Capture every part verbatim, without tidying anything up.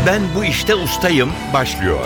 Ben bu işte ustayım başlıyor.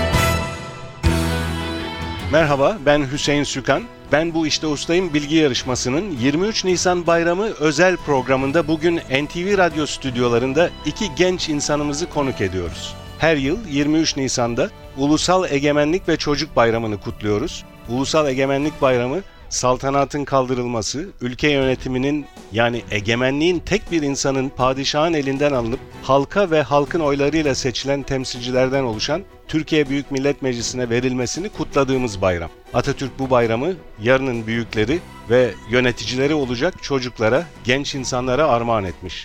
Merhaba, ben Hüseyin Sükan. Ben bu işte ustayım bilgi yarışmasının yirmi üç Nisan Bayramı özel programında bugün N T V Radyo stüdyolarında iki genç insanımızı konuk ediyoruz. Her yıl yirmi üç Nisan'da Ulusal Egemenlik ve Çocuk Bayramı'nı kutluyoruz. Ulusal Egemenlik Bayramı, saltanatın kaldırılması, ülke yönetiminin yani egemenliğin tek bir insanın padişahın elinden alınıp halka ve halkın oylarıyla seçilen temsilcilerden oluşan Türkiye Büyük Millet Meclisi'ne verilmesini kutladığımız bayram. Atatürk bu bayramı yarının büyükleri ve yöneticileri olacak çocuklara, genç insanlara armağan etmiş.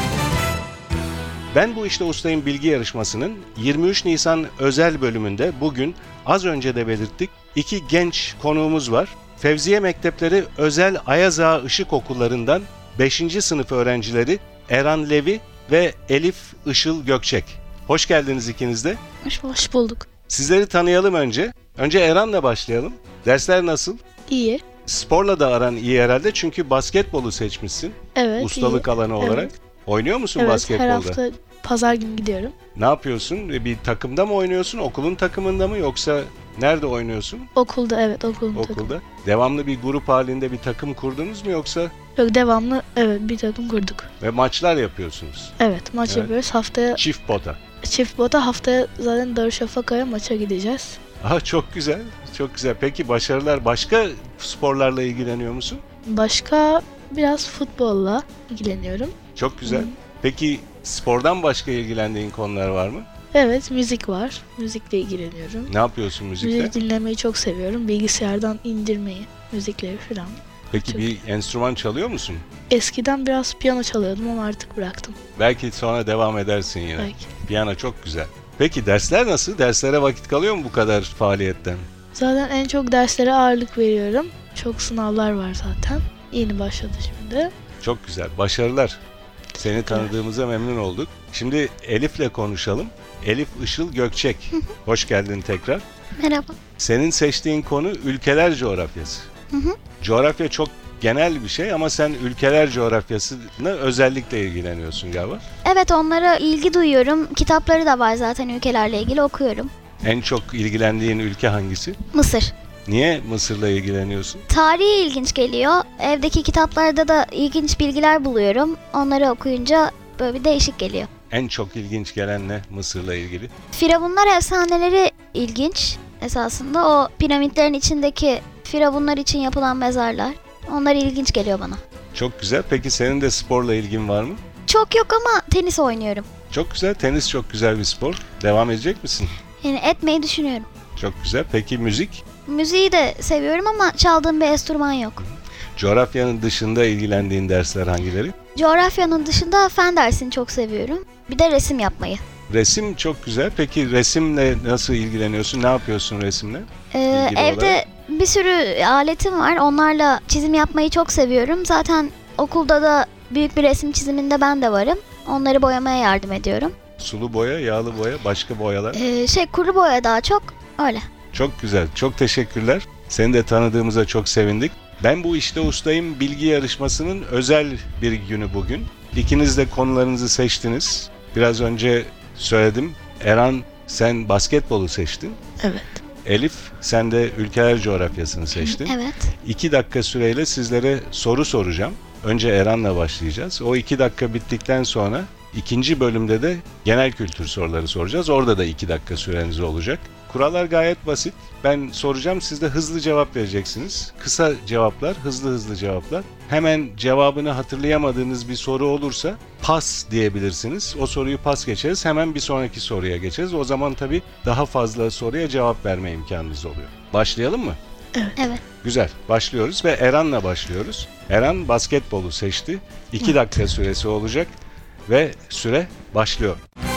Ben bu işte ustayım bilgi yarışmasının yirmi üç Nisan özel bölümünde bugün az önce de belirttik iki genç konuğumuz var. Fevziye Mektepleri Özel Ayaz Ağa Işık Okullarından beşinci sınıf öğrencileri Eran Levi ve Elif Işıl Gökçek. Hoş geldiniz ikiniz de. Hoş, hoş bulduk. Sizleri tanıyalım önce. Önce Eran'la başlayalım. Dersler nasıl? İyi. Sporla da aran iyi herhalde çünkü basketbolu seçmişsin. Evet. Ustalık iyi. alanı olarak. Evet. Oynuyor musun evet, basketbolda? her hafta pazar günü gidiyorum. Ne yapıyorsun? Bir takımda mı oynuyorsun? Okulun takımında mı yoksa nerede oynuyorsun? Okulda, evet, okulun Okulda. takımı. Devamlı bir grup halinde bir takım kurdunuz mu yoksa? Yok, devamlı evet bir takım kurduk. Ve maçlar yapıyorsunuz. Evet, maç Evet. yapıyoruz. Haftaya Çift pota. çift pota, haftaya zaten Darüşşafaka'ya maça gideceğiz. Aha, çok güzel. Çok güzel. Peki başarılar, başka sporlarla ilgileniyor musun? Başka biraz futbolla ilgileniyorum. Çok güzel. Hı. Peki spordan başka ilgilendiğin konular var mı? Evet, müzik var. Müzikle ilgileniyorum. Ne yapıyorsun müzikte? Müzik dinlemeyi çok seviyorum. Bilgisayardan indirmeyi, müzikleri falan. Peki çok- bir enstrüman çalıyor musun? Eskiden biraz piyano çalıyordum ama artık bıraktım. Belki sonra devam edersin yine. Belki. Piyano çok güzel. Peki dersler nasıl? Derslere vakit kalıyor mu bu kadar faaliyetten? Zaten en çok derslere ağırlık veriyorum. Çok sınavlar var zaten. Yeni başladı şimdi. Çok güzel. Başarılar. Seni tanıdığımıza memnun olduk. Şimdi Elif'le konuşalım. Elif Işıl Gökçek. Hoş geldin tekrar. Merhaba. Senin seçtiğin konu ülkeler coğrafyası. Hı hı. Coğrafya çok genel bir şey ama sen ülkeler coğrafyasına özellikle ilgileniyorsun galiba. Evet, onlara ilgi duyuyorum. Kitapları da var zaten, ülkelerle ilgili okuyorum. En çok ilgilendiğin ülke hangisi? Mısır. Niye Mısır'la ilgileniyorsun? Tarihi ilginç geliyor. Evdeki kitaplarda da ilginç bilgiler buluyorum. Onları okuyunca böyle bir değişik geliyor. En çok ilginç gelen ne Mısır'la ilgili? Firavunlar efsaneleri ilginç. Esasında o piramitlerin içindeki firavunlar için yapılan mezarlar. Onlar ilginç geliyor bana. Çok güzel. Peki senin de sporla ilgin var mı? Çok yok ama tenis oynuyorum. Çok güzel. Tenis çok güzel bir spor. Devam edecek misin? Yani etmeyi düşünüyorum. Çok güzel. Peki müzik? Müziği de seviyorum ama çaldığım bir enstrüman yok. Coğrafyanın dışında ilgilendiğin dersler hangileri? Coğrafyanın dışında fen dersini çok seviyorum. Bir de resim yapmayı. Resim çok güzel. Peki resimle nasıl ilgileniyorsun? Ne yapıyorsun resimle? Ee, İlgili evde olarak. bir sürü aletim var. Onlarla çizim yapmayı çok seviyorum. Zaten okulda da büyük bir resim çiziminde ben de varım. Onları boyamaya yardım ediyorum. Sulu boya, yağlı boya, başka boyalar. Ee, şey kuru boya daha çok. Öyle. Çok güzel. Çok teşekkürler. Seni de tanıdığımıza çok sevindik. Ben bu işte ustayım bilgi yarışmasının özel bir günü bugün. İkiniz de konularınızı seçtiniz. Biraz önce söyledim. Eran, sen basketbolu seçtin. Evet. Elif, sen de ülkeler coğrafyasını seçtin. Evet. İki dakika süreyle sizlere soru soracağım. Önce Eran'la başlayacağız. O iki dakika bittikten sonra ikinci bölümde de genel kültür soruları soracağız. Orada da iki dakika süreniz olacak. Kurallar gayet basit. Ben soracağım, siz de hızlı cevap vereceksiniz. Kısa cevaplar, hızlı hızlı cevaplar. Hemen cevabını hatırlayamadığınız bir soru olursa pas diyebilirsiniz. O soruyu pas geçeriz. Hemen bir sonraki soruya geçeriz. O zaman tabii daha fazla soruya cevap verme imkanınız oluyor. Başlayalım mı? Evet. Güzel. Başlıyoruz ve Eran'la başlıyoruz. Eran basketbolu seçti. iki dakika süresi olacak ve süre başlıyor.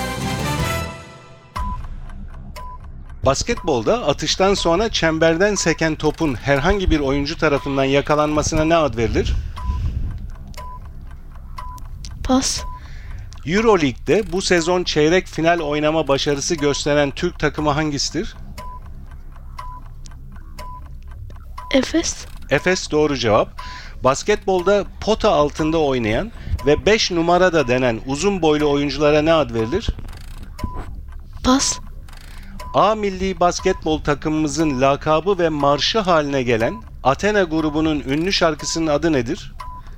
Basketbolda atıştan sonra çemberden seken topun herhangi bir oyuncu tarafından yakalanmasına ne ad verilir? Pas. Euroleague'de bu sezon çeyrek final oynama başarısı gösteren Türk takımı hangisidir? Efes. Efes doğru cevap. Basketbolda pota altında oynayan ve beş numara da denen uzun boylu oyunculara ne ad verilir? Pas. A milli basketbol takımımızın lakabı ve marşı haline gelen Athena grubunun ünlü şarkısının adı nedir?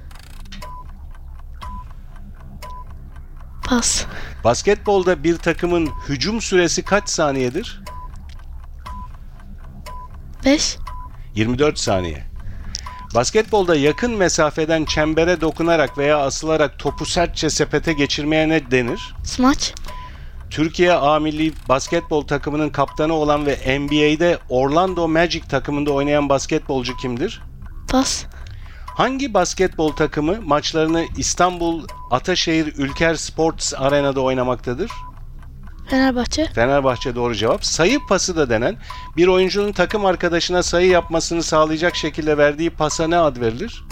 Pas. Basketbolda bir takımın hücum süresi kaç saniyedir? beş. yirmi dört saniye. Basketbolda yakın mesafeden çembere dokunarak veya asılarak topu sertçe sepete geçirmeye ne denir? Smaç. Türkiye A milli basketbol takımının kaptanı olan ve N B A'de Orlando Magic takımında oynayan basketbolcu kimdir? Pas. Hangi basketbol takımı maçlarını İstanbul Ataşehir Ülker Sports Arena'da oynamaktadır? Fenerbahçe. Fenerbahçe doğru cevap. Sayı pası da denen bir oyuncunun takım arkadaşına sayı yapmasını sağlayacak şekilde verdiği pasa ne ad verilir?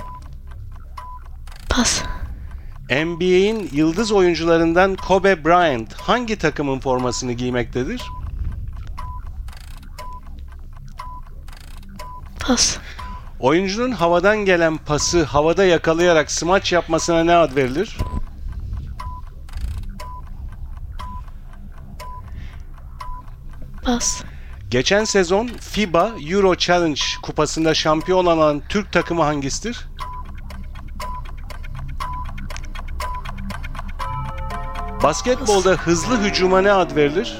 Pas. N B A'in yıldız oyuncularından Kobe Bryant hangi takımın formasını giymektedir? Pas. Oyuncunun havadan gelen pası havada yakalayarak smaç yapmasına ne ad verilir? Pas. Geçen sezon FIBA Euro Challenge kupasında şampiyon olan Türk takımı hangisidir? Basketbolda hızlı hücuma ne ad verilir?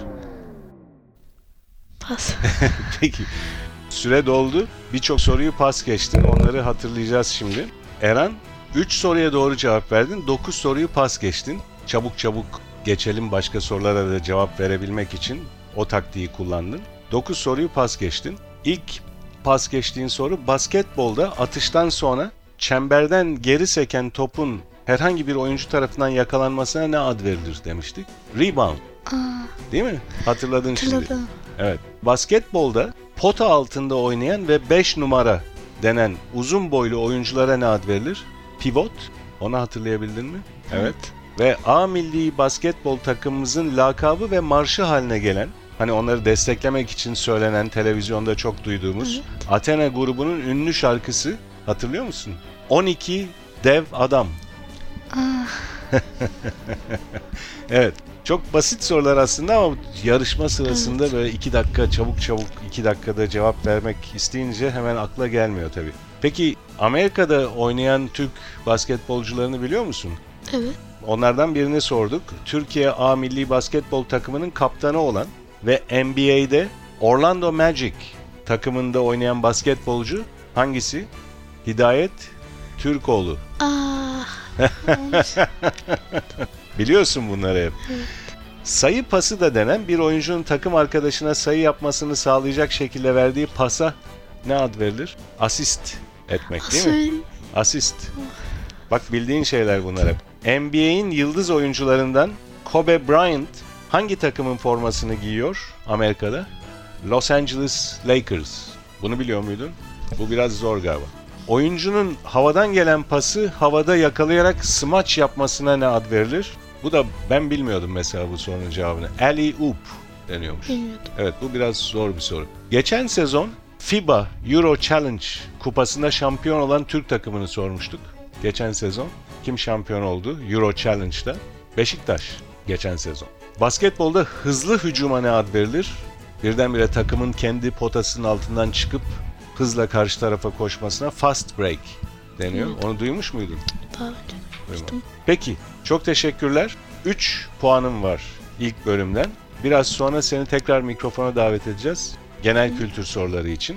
Pas. Peki. Süre doldu. Birçok soruyu pas geçtin. Onları hatırlayacağız şimdi. Eren, üç soruya doğru cevap verdin. dokuz soruyu pas geçtin. Çabuk çabuk geçelim başka sorulara da cevap verebilmek için o taktiği kullandın. dokuz soruyu pas geçtin. İlk pas geçtiğin soru basketbolda atıştan sonra çemberden geri seken topun herhangi bir oyuncu tarafından yakalanmasına ne ad verilir demiştik. Rebound. Aa, Değil mi? Hatırladın şimdi. hatırladım. Evet. Basketbolda pota altında oynayan ve beş numara denen uzun boylu oyunculara ne ad verilir? Pivot. Onu hatırlayabildin mi? Evet. Ve A milli basketbol takımımızın lakabı ve marşı haline gelen, hani onları desteklemek için söylenen, televizyonda çok duyduğumuz Athena grubunun ünlü şarkısı hatırlıyor musun? on iki dev adam. Aa, Evet. Çok basit sorular aslında ama yarışma sırasında evet. Böyle iki dakika çabuk çabuk iki dakikada cevap vermek isteyince hemen akla gelmiyor tabii. Peki Amerika'da oynayan Türk basketbolcularını biliyor musun? evet. Onlardan birini sorduk. Türkiye A milli basketbol takımının kaptanı olan ve N B A'de Orlando Magic takımında oynayan basketbolcu hangisi? Hidayet Türkoğlu. Aa, olmuş. Biliyorsun bunları hep. Evet. Sayı pası da denen bir oyuncunun takım arkadaşına sayı yapmasını sağlayacak şekilde verdiği pasa ne ad verilir? Asist etmek değil mi? Söyle. Asist. Bak bildiğin şeyler bunlar hep. N B A'in yıldız oyuncularından Kobe Bryant hangi takımın formasını giyiyor Amerika'da? Los Angeles Lakers. Bunu biliyor muydun? Bu biraz zor galiba. Oyuncunun havadan gelen pası havada yakalayarak smaç yapmasına ne ad verilir? Bu da ben bilmiyordum mesela bu sorunun cevabını. Alley-oop deniyormuş. Bilmiyordum. Evet bu biraz zor bir soru. Geçen sezon FIBA Euro Challenge kupasında şampiyon olan Türk takımını sormuştuk. Geçen sezon kim şampiyon oldu Euro Challenge'da? Beşiktaş geçen sezon. Basketbolda hızlı hücuma ne ad verilir? Birdenbire takımın kendi potasının altından çıkıp hızla karşı tarafa koşmasına fast break deniyor. Evet. Onu duymuş muydun? Daha önce duymuştum. Peki, çok teşekkürler. üç puanım var ilk bölümden. Biraz sonra seni tekrar mikrofona davet edeceğiz. Genel kültür soruları için.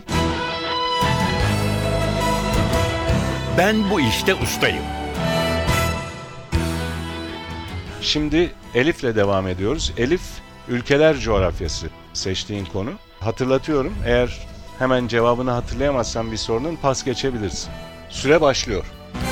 Ben bu işte ustayım. Şimdi Elif'le devam ediyoruz. Elif, ülkeler coğrafyası seçtiğin konu. Hatırlatıyorum, eğer hemen cevabını hatırlayamazsan bir sorunun pas geçebilirsin. Süre başlıyor.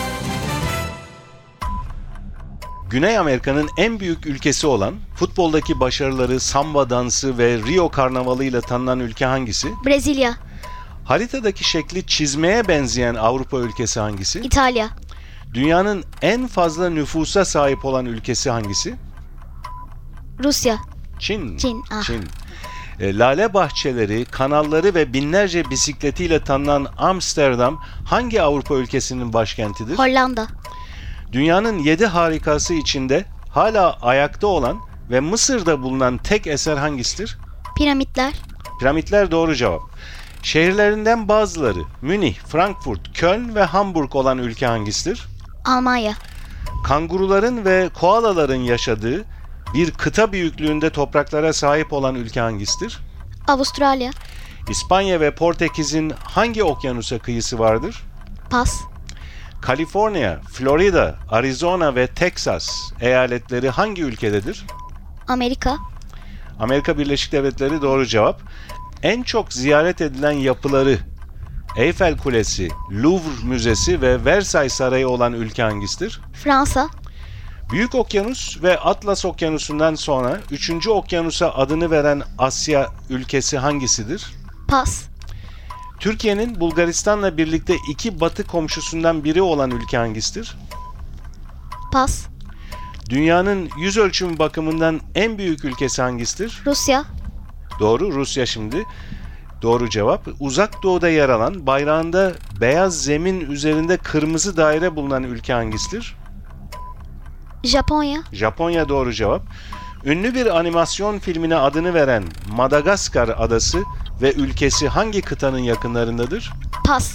Güney Amerika'nın en büyük ülkesi olan, futboldaki başarıları, samba dansı ve Rio Karnavalı ile tanınan ülke hangisi? Brezilya, Haritadaki şekli çizmeye benzeyen Avrupa ülkesi hangisi? İtalya, Dünyanın en fazla nüfusa sahip olan ülkesi hangisi? Rusya, Çin. Çin. Ah. Çin. E, lale bahçeleri, kanalları ve binlerce bisikletiyle tanınan Amsterdam hangi Avrupa ülkesinin başkentidir? Hollanda, Dünyanın yedi harikası içinde hala ayakta olan ve Mısır'da bulunan tek eser hangisidir? Piramitler. Piramitler doğru cevap. Şehirlerinden bazıları Münih, Frankfurt, Köln ve Hamburg olan ülke hangisidir? Almanya. Kanguruların ve koalaların yaşadığı bir kıta büyüklüğünde topraklara sahip olan ülke hangisidir? Avustralya. İspanya ve Portekiz'in hangi okyanusa kıyısı vardır? Pas. Kaliforniya, Florida, Arizona ve Texas eyaletleri hangi ülkededir? Amerika. Amerika Birleşik Devletleri doğru cevap. En çok ziyaret edilen yapıları Eyfel Kulesi, Louvre Müzesi ve Versailles Sarayı olan ülke hangisidir? Fransa. Büyük Okyanus ve Atlas Okyanusu'ndan sonra üçüncü okyanusa adını veren Asya ülkesi hangisidir? Pas. Türkiye'nin Bulgaristan'la birlikte iki batı komşusundan biri olan ülke hangisidir? Pas. Dünyanın yüz ölçümü bakımından en büyük ülkesi hangisidir? Rusya. Doğru, Rusya şimdi. Doğru cevap. Uzak Doğu'da yer alan, bayrağında beyaz zemin üzerinde kırmızı daire bulunan ülke hangisidir? Japonya. Japonya doğru cevap. Ünlü bir animasyon filmine adını veren Madagaskar adası ve ülkesi hangi kıtanın yakınlarındadır? Pas.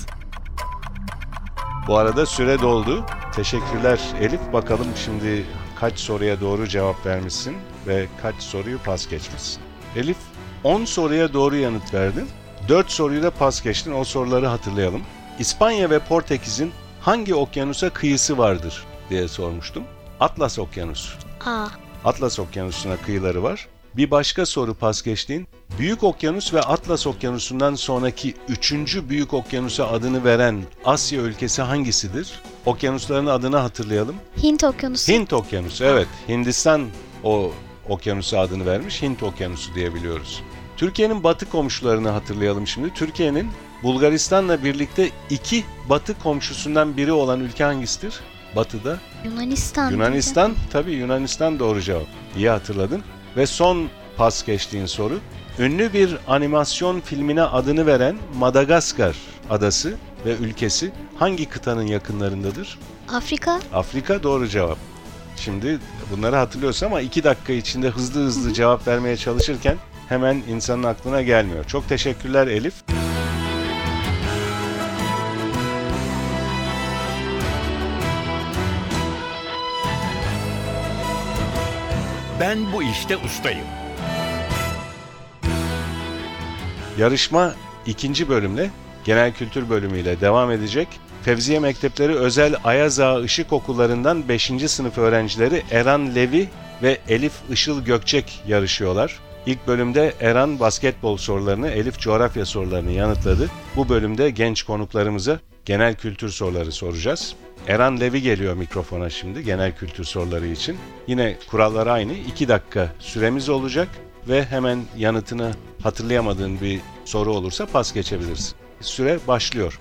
Bu arada süre doldu. Teşekkürler Elif. Bakalım şimdi kaç soruya doğru cevap vermişsin ve kaç soruyu pas geçmişsin. Elif on soruya doğru yanıt verdin. dört soruyu da pas geçtin. O soruları hatırlayalım. İspanya ve Portekiz'in hangi okyanusa kıyısı vardır diye sormuştum. Atlas Okyanusu. A. Atlas Okyanusu'na kıyıları var. Bir başka soru pas geçtiğin, Büyük Okyanus ve Atlas Okyanusu'ndan sonraki üçüncü büyük okyanusa adını veren Asya ülkesi hangisidir? Okyanusların adını hatırlayalım. Hint Okyanusu. Hint Okyanusu, evet. Hindistan o okyanusa adını vermiş, Hint Okyanusu diye biliyoruz. Türkiye'nin batı komşularını hatırlayalım şimdi. Türkiye'nin Bulgaristan'la birlikte iki batı komşusundan biri olan ülke hangisidir? Batı'da. Yunanistan. Yunanistan, tabii Yunanistan doğru cevap. İyi hatırladın. Ve son pas geçtiğin soru. Ünlü bir animasyon filmine adını veren Madagaskar adası ve ülkesi hangi kıtanın yakınlarındadır? Afrika. Afrika doğru cevap. Şimdi bunları hatırlıyorsun ama iki dakika içinde hızlı hızlı cevap vermeye çalışırken hemen insanın aklına gelmiyor. Çok teşekkürler Elif. Ben bu işte ustayım. Yarışma ikinci bölümle, genel kültür bölümüyle devam edecek. Fevziye Mektepleri Özel Ayaz Ağa Işık Okullarından beşinci sınıf öğrencileri Eran Levi ve Elif Işıl Gökçek yarışıyorlar. İlk bölümde Eran basketbol sorularını, Elif coğrafya sorularını yanıtladı. Bu bölümde genç konuklarımıza genel kültür soruları soracağız. Eran Levi geliyor mikrofona şimdi genel kültür soruları için. Yine kurallar aynı. iki dakika süremiz olacak ve hemen yanıtını hatırlayamadığın bir soru olursa pas geçebilirsin. Süre başlıyor.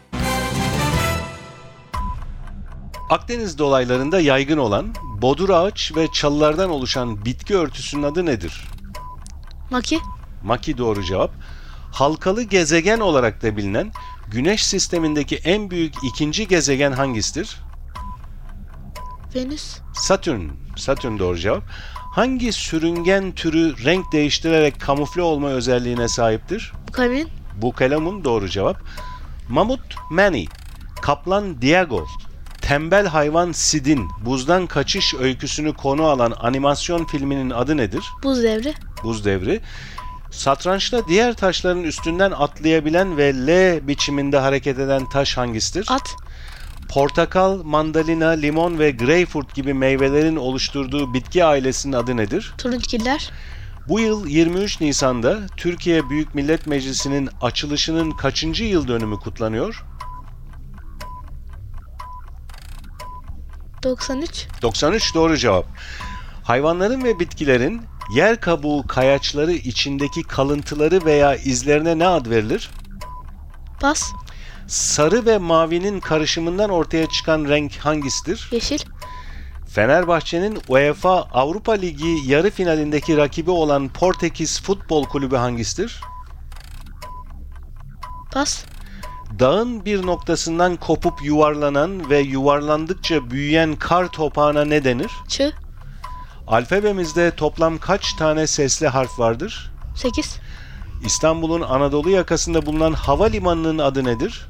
Akdeniz dolaylarında yaygın olan bodur ağaç ve çalılardan oluşan bitki örtüsünün adı nedir? Maki. Maki doğru cevap. Halkalı gezegen olarak da bilinen Güneş sistemindeki en büyük ikinci gezegen hangisidir? Venüs. Satürn. Satürn doğru cevap. Hangi sürüngen türü renk değiştirerek kamufle olma özelliğine sahiptir? Bukamin. Bukalemun doğru cevap. Mamut Manny, kaplan Diego, tembel hayvan Sid'in buzdan kaçış öyküsünü konu alan animasyon filminin adı nedir? Buz devri. Buz Devri. Satrançta diğer taşların üstünden atlayabilen ve L biçiminde hareket eden taş hangisidir? At. Portakal, mandalina, limon ve greyfurt gibi meyvelerin oluşturduğu bitki ailesinin adı nedir? Turunçgiller. Bu yıl yirmi üç Nisan'da Türkiye Büyük Millet Meclisi'nin açılışının kaçıncı yıl dönümü kutlanıyor? doksan üç. doksan üç doğru cevap. Hayvanların ve bitkilerin yer kabuğu kayaçları içindeki kalıntıları veya izlerine ne ad verilir? Pas. Sarı ve mavinin karışımından ortaya çıkan renk hangisidir? Yeşil. Fenerbahçe'nin UEFA Avrupa Ligi yarı finalindeki rakibi olan Portekiz Futbol Kulübü hangisidir? Pas. Dağın bir noktasından kopup yuvarlanan ve yuvarlandıkça büyüyen kar topağına ne denir? Çığ. Alfabemizde toplam kaç tane sesli harf vardır? sekiz. İstanbul'un Anadolu yakasında bulunan havalimanının adı nedir?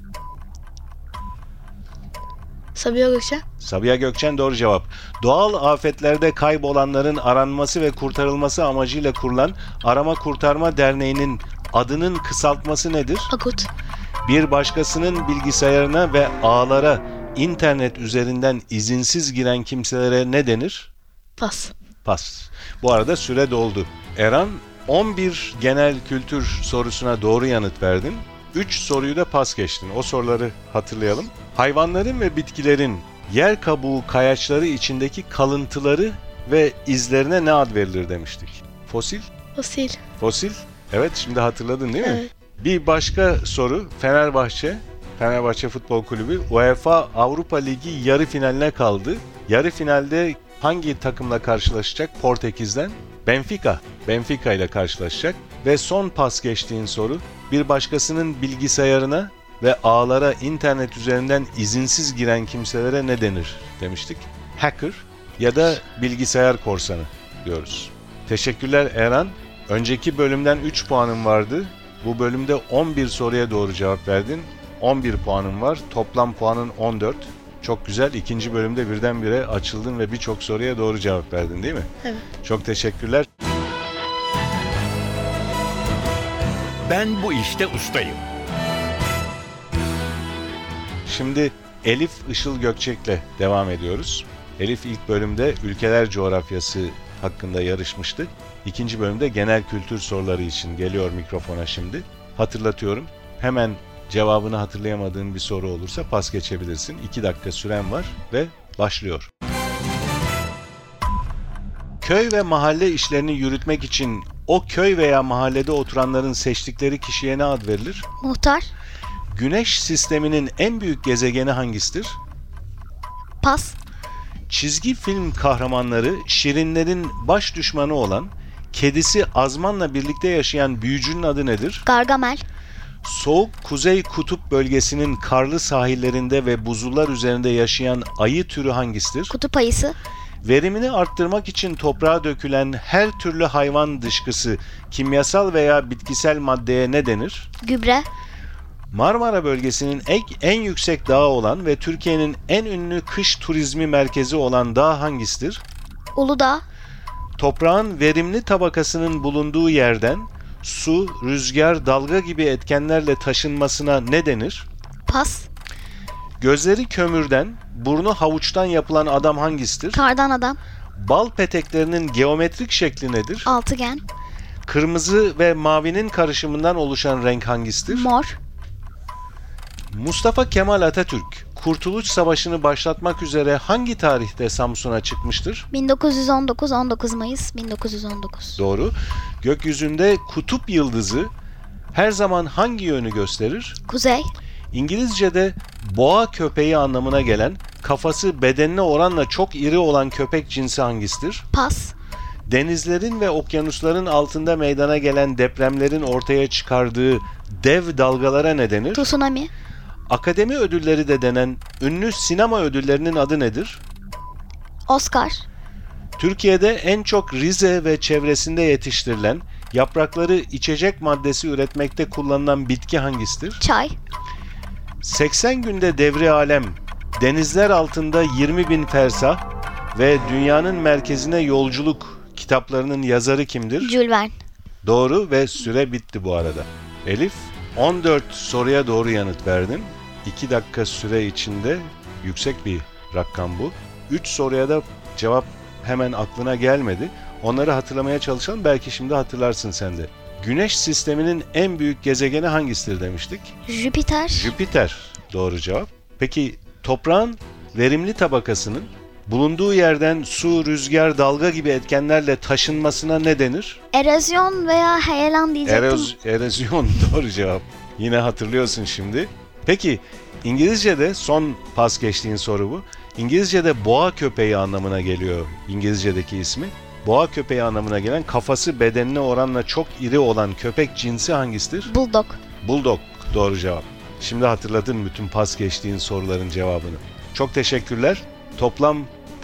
Sabiha Gökçen. Sabiha Gökçen doğru cevap. Doğal afetlerde kaybolanların aranması ve kurtarılması amacıyla kurulan Arama Kurtarma Derneği'nin adının kısaltması nedir? Akut. Bir başkasının bilgisayarına ve ağlara internet üzerinden izinsiz giren kimselere ne denir? Pas. Pas. Bu arada süre doldu. Eren, on bir genel kültür sorusuna doğru yanıt verdin. üç soruyu da pas geçtin. O soruları hatırlayalım. Hayvanların ve bitkilerin yer kabuğu kayaçları içindeki kalıntıları ve izlerine ne ad verilir demiştik? Fosil? Fosil. Fosil. Evet, şimdi hatırladın değil mi? Evet. Bir başka soru. Fenerbahçe, Fenerbahçe Futbol Kulübü UEFA Avrupa Ligi yarı finaline kaldı. Yarı finalde hangi takımla karşılaşacak? Portekiz'den Benfica. Benfica ile karşılaşacak. Ve son pas geçtiğin soru. Bir başkasının bilgisayarına ve ağlara internet üzerinden izinsiz giren kimselere ne denir demiştik? Hacker ya da bilgisayar korsanı diyoruz. Teşekkürler Eren. Önceki bölümden üç puanın vardı. Bu bölümde on bir soruya doğru cevap verdin. on bir puanın var. Toplam puanın on dört. Çok güzel. İkinci bölümde birdenbire açıldın ve birçok soruya doğru cevap verdin değil mi? Evet. Çok teşekkürler. Ben bu işte ustayım. Şimdi Elif Işıl Gökçek'le devam ediyoruz. Elif ilk bölümde ülkeler coğrafyası hakkında yarışmıştı. İkinci bölümde genel kültür soruları için geliyor mikrofona şimdi. Hatırlatıyorum. Hemen cevabını hatırlayamadığın bir soru olursa pas geçebilirsin. iki dakika süren var ve başlıyor. Köy ve mahalle işlerini yürütmek için o köy veya mahallede oturanların seçtikleri kişiye ne ad verilir? Muhtar. Güneş sisteminin en büyük gezegeni hangisidir? Pas. Çizgi film kahramanları Şirinlerin baş düşmanı olan, kedisi Azman'la birlikte yaşayan büyücünün adı nedir? Gargamel. Soğuk Kuzey Kutup bölgesinin karlı sahillerinde ve buzullar üzerinde yaşayan ayı türü hangisidir? Kutup ayısı. Verimini arttırmak için toprağa dökülen her türlü hayvan dışkısı kimyasal veya bitkisel maddeye ne denir? Gübre. Marmara bölgesinin en, en yüksek dağı olan ve Türkiye'nin en ünlü kış turizmi merkezi olan dağ hangisidir? Uludağ. Toprağın verimli tabakasının bulunduğu yerden su, rüzgar, dalga gibi etkenlerle taşınmasına ne denir? Pas. Gözleri kömürden, burnu havuçtan yapılan adam hangisidir? Kardan adam. Bal peteklerinin geometrik şekli nedir? Altıgen. Kırmızı ve mavinin karışımından oluşan renk hangisidir? Mor. Mustafa Kemal Atatürk, Kurtuluş Savaşı'nı başlatmak üzere hangi tarihte Samsun'a çıkmıştır? bin dokuz yüz on dokuz on dokuz Mayıs bin dokuz yüz on dokuz. Doğru. Gökyüzünde kutup yıldızı her zaman hangi yönü gösterir? Kuzey. İngilizce'de boğa köpeği anlamına gelen, kafası bedenine oranla çok iri olan köpek cinsi hangisidir? Pas. Denizlerin ve okyanusların altında meydana gelen depremlerin ortaya çıkardığı dev dalgalara ne denir? Tsunami. Akademi ödülleri de denen ünlü sinema ödüllerinin adı nedir? Oscar. Türkiye'de en çok Rize ve çevresinde yetiştirilen, yaprakları içecek maddesi üretmekte kullanılan bitki hangisidir? Çay. seksen günde devri alem, denizler altında yirmi bin fersah ve dünyanın merkezine yolculuk kitaplarının yazarı kimdir? Jules Verne. Doğru ve süre bitti bu arada. Elif, on dört soruya doğru yanıt verdin. iki dakika süre içinde yüksek bir rakam bu. üç soruya da cevap hemen aklına gelmedi. Onları hatırlamaya çalışalım. Belki şimdi hatırlarsın sen de. Güneş sisteminin en büyük gezegeni hangisidir demiştik? Jüpiter. Jüpiter. Doğru cevap. Peki toprağın verimli tabakasının bulunduğu yerden su, rüzgar, dalga gibi etkenlerle taşınmasına ne denir? Erozyon veya heyelan diyecektim. Eroz, erozyon doğru cevap. Yine hatırlıyorsun şimdi. Peki İngilizce'de son pas geçtiğin soru bu. İngilizce'de boğa köpeği anlamına geliyor İngilizce'deki ismi. Boğa köpeği anlamına gelen kafası bedenine oranla çok iri olan köpek cinsi hangisidir? Bulldog. Bulldog doğru cevap. Şimdi hatırladın bütün pas geçtiğin soruların cevabını. Çok teşekkürler. Toplam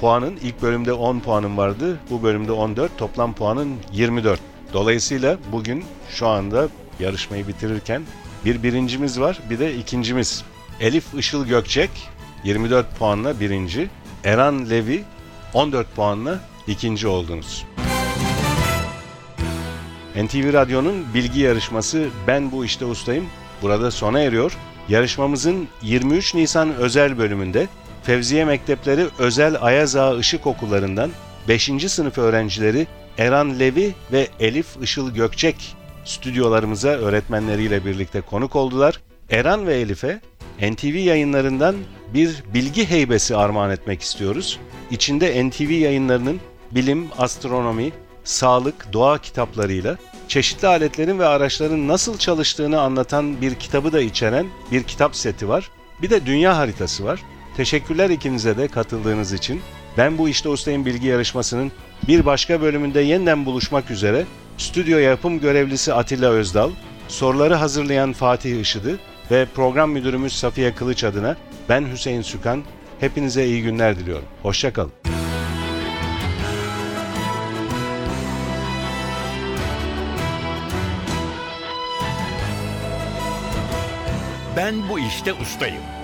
puanın, ilk bölümde on puanım vardı, bu bölümde on dört, toplam puanın yirmi dört. Dolayısıyla bugün şu anda yarışmayı bitirirken bir birincimiz var, bir de ikincimiz. Elif Işıl Gökçek yirmi dört puanla birinci, Eren Levi on dört puanla ikinci oldunuz. N T V Radyo'nun bilgi yarışması Ben Bu İşte Ustayım burada sona eriyor. Yarışmamızın yirmi üç Nisan özel bölümünde Fevziye Mektepleri Özel Ayaz Ağa Işık Okullarından beşinci sınıf öğrencileri Eren Levi ve Elif Işıl Gökçek stüdyolarımıza öğretmenleriyle birlikte konuk oldular. Eren ve Elif'e N T V yayınlarından bir bilgi heybesi armağan etmek istiyoruz. İçinde N T V yayınlarının bilim, astronomi, sağlık, doğa kitaplarıyla çeşitli aletlerin ve araçların nasıl çalıştığını anlatan bir kitabı da içeren bir kitap seti var. Bir de dünya haritası var. Teşekkürler ikinize de katıldığınız için. Ben Bu İşte Ustayım bilgi yarışmasının bir başka bölümünde yeniden buluşmak üzere. Stüdyo yapım görevlisi Atilla Özdal, soruları hazırlayan Fatih Işıdı ve program müdürümüz Safiye Kılıç adına ben Hüseyin Sükan. Hepinize iyi günler diliyorum. Hoşça kalın. Ben bu işte ustayım.